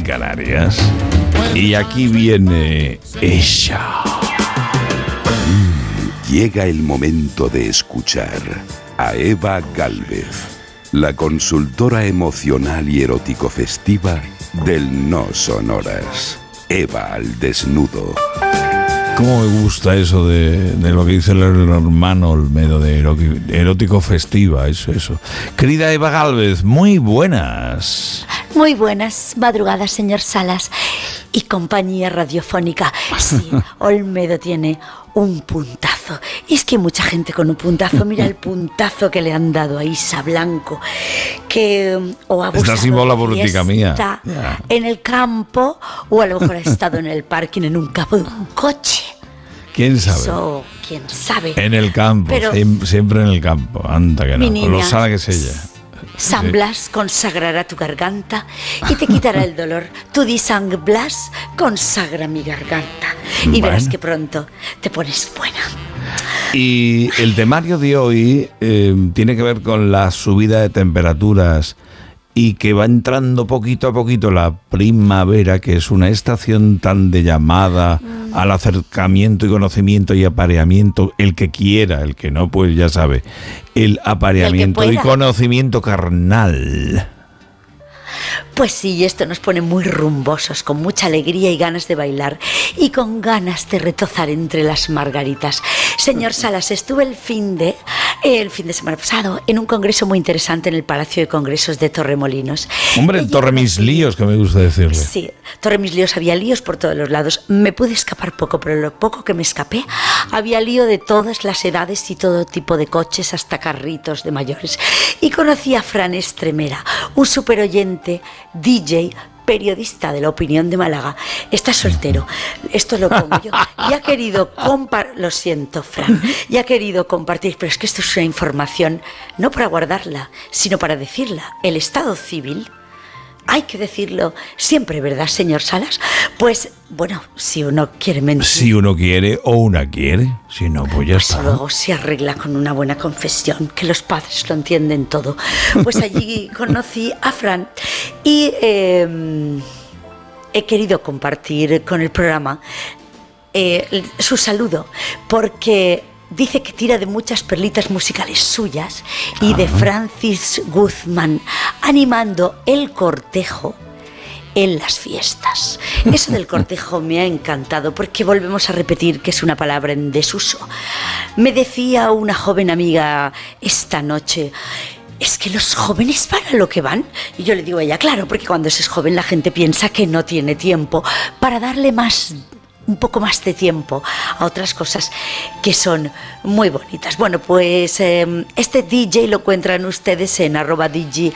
Canarias. Y aquí viene ella. Llega el momento de escuchar a Eva Gálvez, la consultora emocional y erótico festiva del No Sonoras. Eva al desnudo. ¿Cómo me gusta eso de lo que dice el hermano Olmedo de erótico festiva? Eso. Querida Eva Gálvez, muy buenas. Muy buenas madrugadas, señor Salas y compañía radiofónica. Sí, Olmedo tiene un puntazo. Y es que hay mucha gente con un puntazo. Mira el puntazo que le han dado a Isa Blanco, que o ha Esta sí mola política mía. Está en el campo, o a lo mejor ha estado en el parking en un capó de un coche. ¿Quién sabe? Eso, quién sabe. En el campo, pero, siempre en el campo. Anda que no, niña, con lo sana que es ella. San Blas consagrará tu garganta y te quitará el dolor. Tú di San Blas, consagra mi garganta. Y verás que pronto te pones buena. Y el temario de hoy tiene que ver con la subida de temperaturas y que va entrando poquito a poquito la primavera, que es una estación tan de llamada al acercamiento y conocimiento y apareamiento, el que quiera, el que no, pues ya sabe, el apareamiento y conocimiento carnal. Pues sí, esto nos pone muy rumbosos, con mucha alegría y ganas de bailar y con ganas de retozar entre las margaritas. Señor Salas, estuve el fin de semana pasado en un congreso muy interesante en el Palacio de Congresos de Torremolinos. Hombre, Torremislíos, que me gusta decirle. Sí, Torremislíos, había líos por todos los lados. Me pude escapar poco, pero lo poco que me escapé, había lío de todas las edades y todo tipo de coches, hasta carritos de mayores. Y conocí a Fran Estremera, un superoyente, DJ, periodista de La Opinión de Málaga. Está soltero, esto lo pongo yo, y ha querido lo siento, Fran, y ha querido compartir, pero es que esto es una información no para guardarla, sino para decirla. El Estado civil, hay que decirlo siempre, ¿verdad, señor Salas? Pues, bueno, si uno quiere mentir. Si uno quiere o una quiere, si no, pues ya está. Luego se arregla con una buena confesión, que los padres lo entienden todo. Pues allí conocí a Fran y he querido compartir con el programa su saludo, porque dice que tira de muchas perlitas musicales suyas y de Francis Guzmán, animando el cortejo en las fiestas. Eso del cortejo me ha encantado, porque volvemos a repetir que es una palabra en desuso. Me decía una joven amiga esta noche: es que los jóvenes van a lo que van. Y yo le digo a ella, claro, porque cuando se es joven la gente piensa que no tiene tiempo para darle un poco más de tiempo a otras cosas que son muy bonitas. Bueno, pues este DJ lo encuentran ustedes en @DJ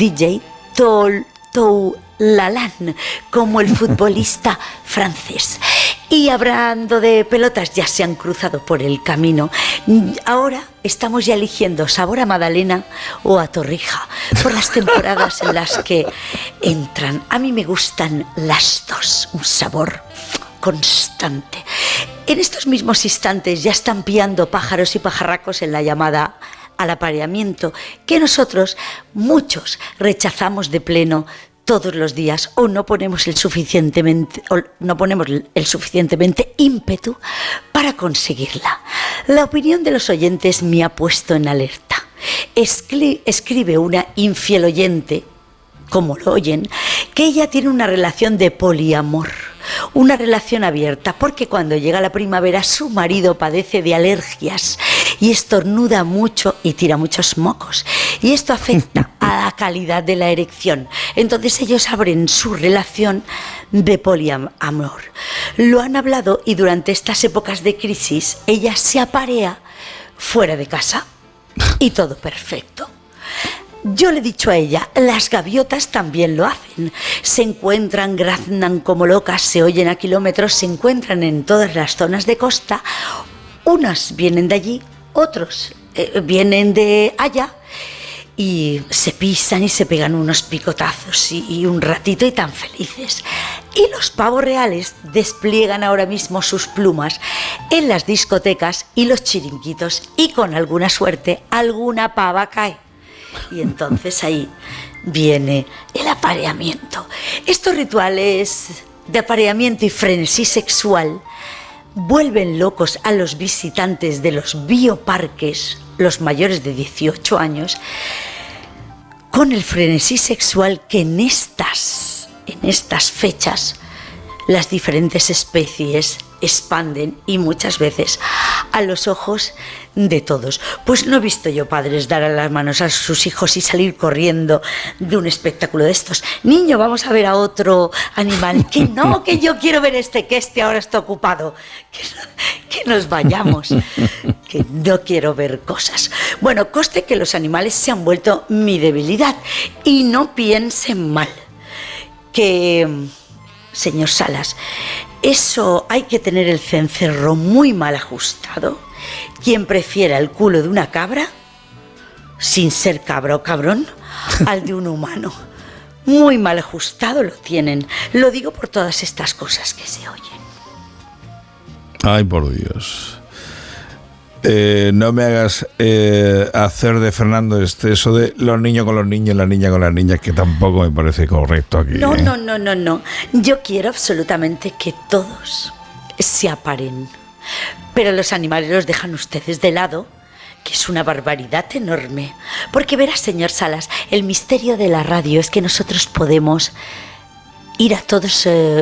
Toulalan, como el futbolista francés. Y hablando de pelotas, ya se han cruzado por el camino. Ahora estamos ya eligiendo sabor a magdalena o a torrija por las temporadas en las que entran. A mí me gustan las dos, un sabor constante. En estos mismos instantes ya están piando pájaros y pajarracos en la llamada al apareamiento, que nosotros, muchos, rechazamos de pleno todos los días, o no ponemos el suficientemente ímpetu para conseguirla. La opinión de los oyentes me ha puesto en alerta. Escribe una infiel oyente, como lo oyen, que ella tiene una relación de poliamor, una relación abierta, porque cuando llega la primavera su marido padece de alergias y estornuda mucho y tira muchos mocos, y esto afecta a la calidad de la erección. Entonces ellos abren su relación de poliamor. Lo han hablado, y durante estas épocas de crisis ella se aparea fuera de casa y todo perfecto. Yo le he dicho a ella, las gaviotas también lo hacen. Se encuentran, graznan como locas, se oyen a kilómetros, se encuentran en todas las zonas de costa. Unas vienen de allí, otros vienen de allá, y se pisan y se pegan unos picotazos y un ratito, y tan felices. Y los pavos reales despliegan ahora mismo sus plumas en las discotecas y los chiringuitos, y con alguna suerte alguna pava cae. Y entonces ahí viene el apareamiento. Estos rituales de apareamiento y frenesí sexual vuelven locos a los visitantes de los bioparques, los mayores de 18 años, con el frenesí sexual que en estas fechas las diferentes especies expanden, y muchas veces a los ojos de todos. Pues no he visto yo padres dar a las manos a sus hijos y salir corriendo de un espectáculo de estos. Niño, vamos a ver a otro animal. Que no, que yo quiero ver que este ahora está ocupado. Que nos vayamos, que no quiero ver cosas. Bueno, conste que los animales se han vuelto mi debilidad, y no piensen mal, que, señor Salas, eso hay que tener el cencerro muy mal ajustado. Quien prefiera el culo de una cabra, sin ser cabra o cabrón, al de un humano. Muy mal ajustado lo tienen. Lo digo por todas estas cosas que se oyen. Ay, por Dios. No me hagas hacer de Fernando eso de los niños con los niños, la niña con las niñas, que tampoco me parece correcto aquí. No. Yo quiero absolutamente que todos se aparen. Pero los animales los dejan ustedes de lado, que es una barbaridad enorme. Porque verá, señor Salas, el misterio de la radio es que nosotros podemos ir a todos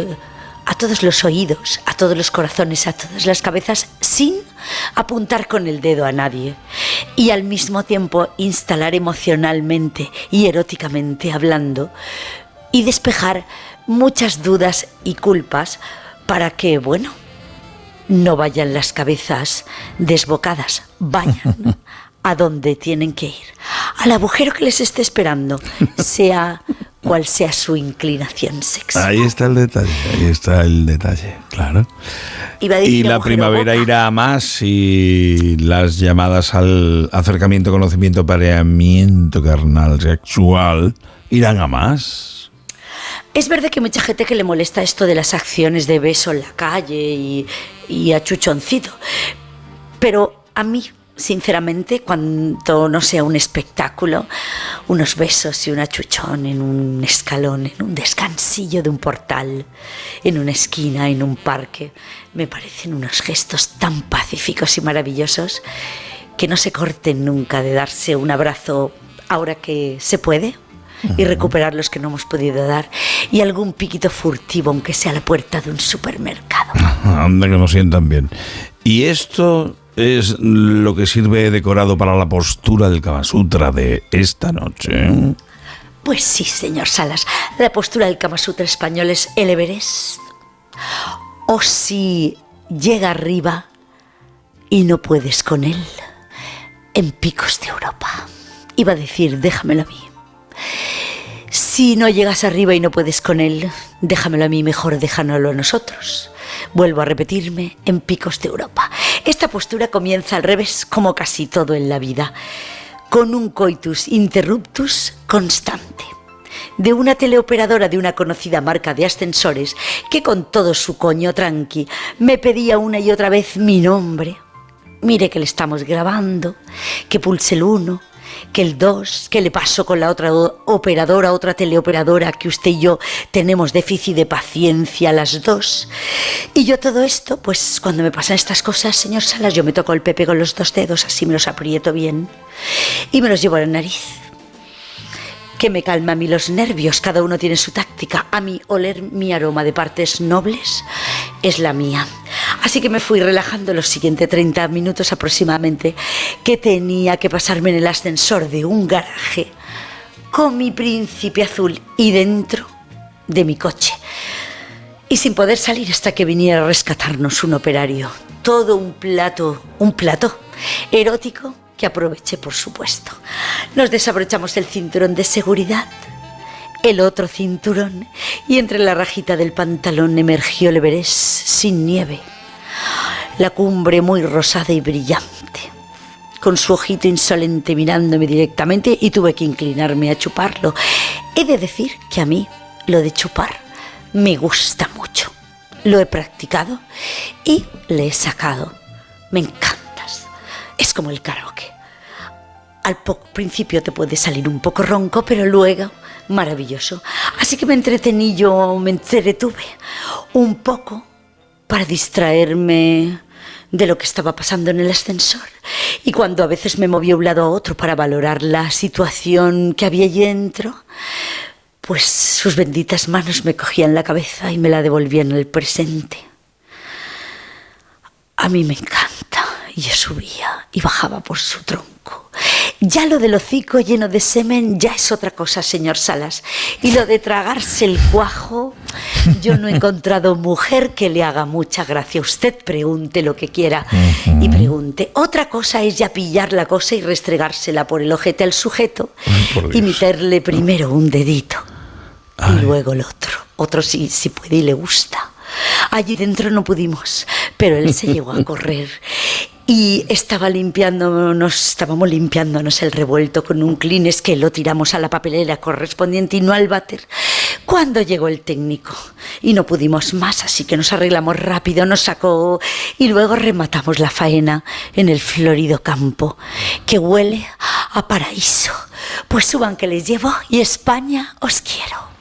los oídos, a todos los corazones, a todas las cabezas, sin apuntar con el dedo a nadie. Y al mismo tiempo instalar emocionalmente y eróticamente hablando, y despejar muchas dudas y culpas para que, bueno, no vayan las cabezas desbocadas, vayan a donde tienen que ir, al agujero que les esté esperando, sea cual sea su inclinación sexual. Ahí está el detalle, claro. Y la primavera irá a más, y las llamadas al acercamiento, conocimiento, apareamiento carnal, sexual, irán a más. Es verdad que hay mucha gente que le molesta esto de las acciones de beso en la calle y achuchoncito, pero a mí, sinceramente, cuando no sea un espectáculo, unos besos y un achuchón en un escalón, en un descansillo de un portal, en una esquina, en un parque, me parecen unos gestos tan pacíficos y maravillosos que no se corten nunca de darse un abrazo ahora que se puede, y recuperar los que no hemos podido dar, y algún piquito furtivo, aunque sea a la puerta de un supermercado. Anda, que nos sientan bien. Y esto es lo que sirve decorado para la postura del Kama Sutra de esta noche. Pues sí, señor Salas, la postura del Kama Sutra español es el Everest. O si llega arriba y no puedes con él, en Picos de Europa. Iba a decir, déjamelo a mí. Si no llegas arriba y no puedes con él, déjamelo a mí, mejor déjanoslo a nosotros. Vuelvo a repetirme, en Picos de Europa. Esta postura comienza al revés, como casi todo en la vida, con un coitus interruptus constante, de una teleoperadora de una conocida marca de ascensores que con todo su coño tranqui me pedía una y otra vez mi nombre. Mire que le estamos grabando, que pulse el 1, que el 2, que le paso con la otra operadora, otra teleoperadora, que usted y yo tenemos déficit de paciencia las dos. Y yo todo esto, pues cuando me pasan estas cosas, señor Salas, yo me toco el pepe con los 2 dedos, así me los aprieto bien y me los llevo a la nariz, que me calma a mí los nervios. Cada uno tiene su táctica. A mí oler mi aroma de partes nobles es la mía. Así que me fui relajando los siguientes 30 minutos aproximadamente, que tenía que pasarme en el ascensor de un garaje con mi príncipe azul y dentro de mi coche, y sin poder salir hasta que viniera a rescatarnos un operario. Todo un plato erótico que aproveché, por supuesto. Nos desabrochamos el cinturón de seguridad, el otro cinturón, y entre la rajita del pantalón emergió el Everest sin nieve, la cumbre muy rosada y brillante, con su ojito insolente mirándome directamente, y tuve que inclinarme a chuparlo. He de decir que a mí lo de chupar me gusta mucho. Lo he practicado y le he sacado. Me encantas. Es como el karaoke. al principio te puede salir un poco ronco, pero luego maravilloso. Así que me entretuve un poco para distraerme de lo que estaba pasando en el ascensor. Y cuando a veces me movía de un lado a otro para valorar la situación que había allí dentro, pues sus benditas manos me cogían la cabeza y me la devolvían al presente. A mí me encanta. Y yo subía y bajaba por su tronco. Ya lo del hocico lleno de semen ya es otra cosa, señor Salas. Y lo de tragarse el cuajo, yo no he encontrado mujer que le haga mucha gracia. Usted pregunte lo que quiera y pregunte. Otra cosa es ya pillar la cosa y restregársela por el ojete al sujeto y meterle primero un dedito y luego el otro. Otro sí puede y le gusta. Allí dentro no pudimos, pero él se llegó a correr. Y estábamos limpiándonos el revuelto con un Kleenex que lo tiramos a la papelera correspondiente y no al váter, cuando llegó el técnico y no pudimos más, así que nos arreglamos rápido, nos sacó y luego rematamos la faena en el florido campo que huele a paraíso. Pues suban que les llevo y España os quiero.